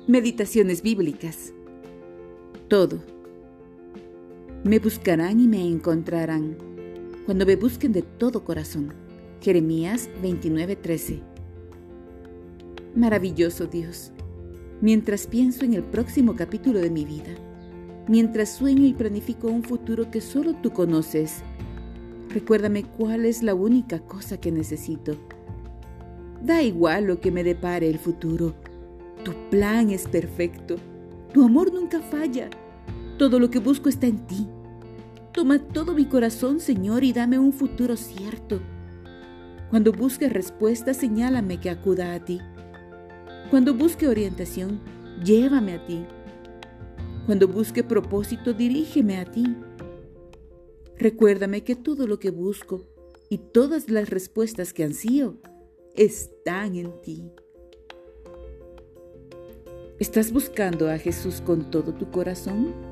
Meditaciones bíblicas. Todo. Me buscarán y me encontrarán, cuando me busquen de todo corazón. Jeremías 29:13. Maravilloso Dios, mientras pienso en el próximo capítulo de mi vida, mientras sueño y planifico un futuro que solo tú conoces, recuérdame cuál es la única cosa que necesito. Da igual lo que me depare el futuro. Tu plan es perfecto. Tu amor nunca falla. Todo lo que busco está en ti. Toma todo mi corazón, Señor, y dame un futuro cierto. Cuando busque respuesta, señálame que acuda a ti. Cuando busque orientación, llévame a ti. Cuando busque propósito, dirígeme a ti. Recuérdame que todo lo que busco y todas las respuestas que ansío están en ti. ¿Estás buscando a Jesús con todo tu corazón?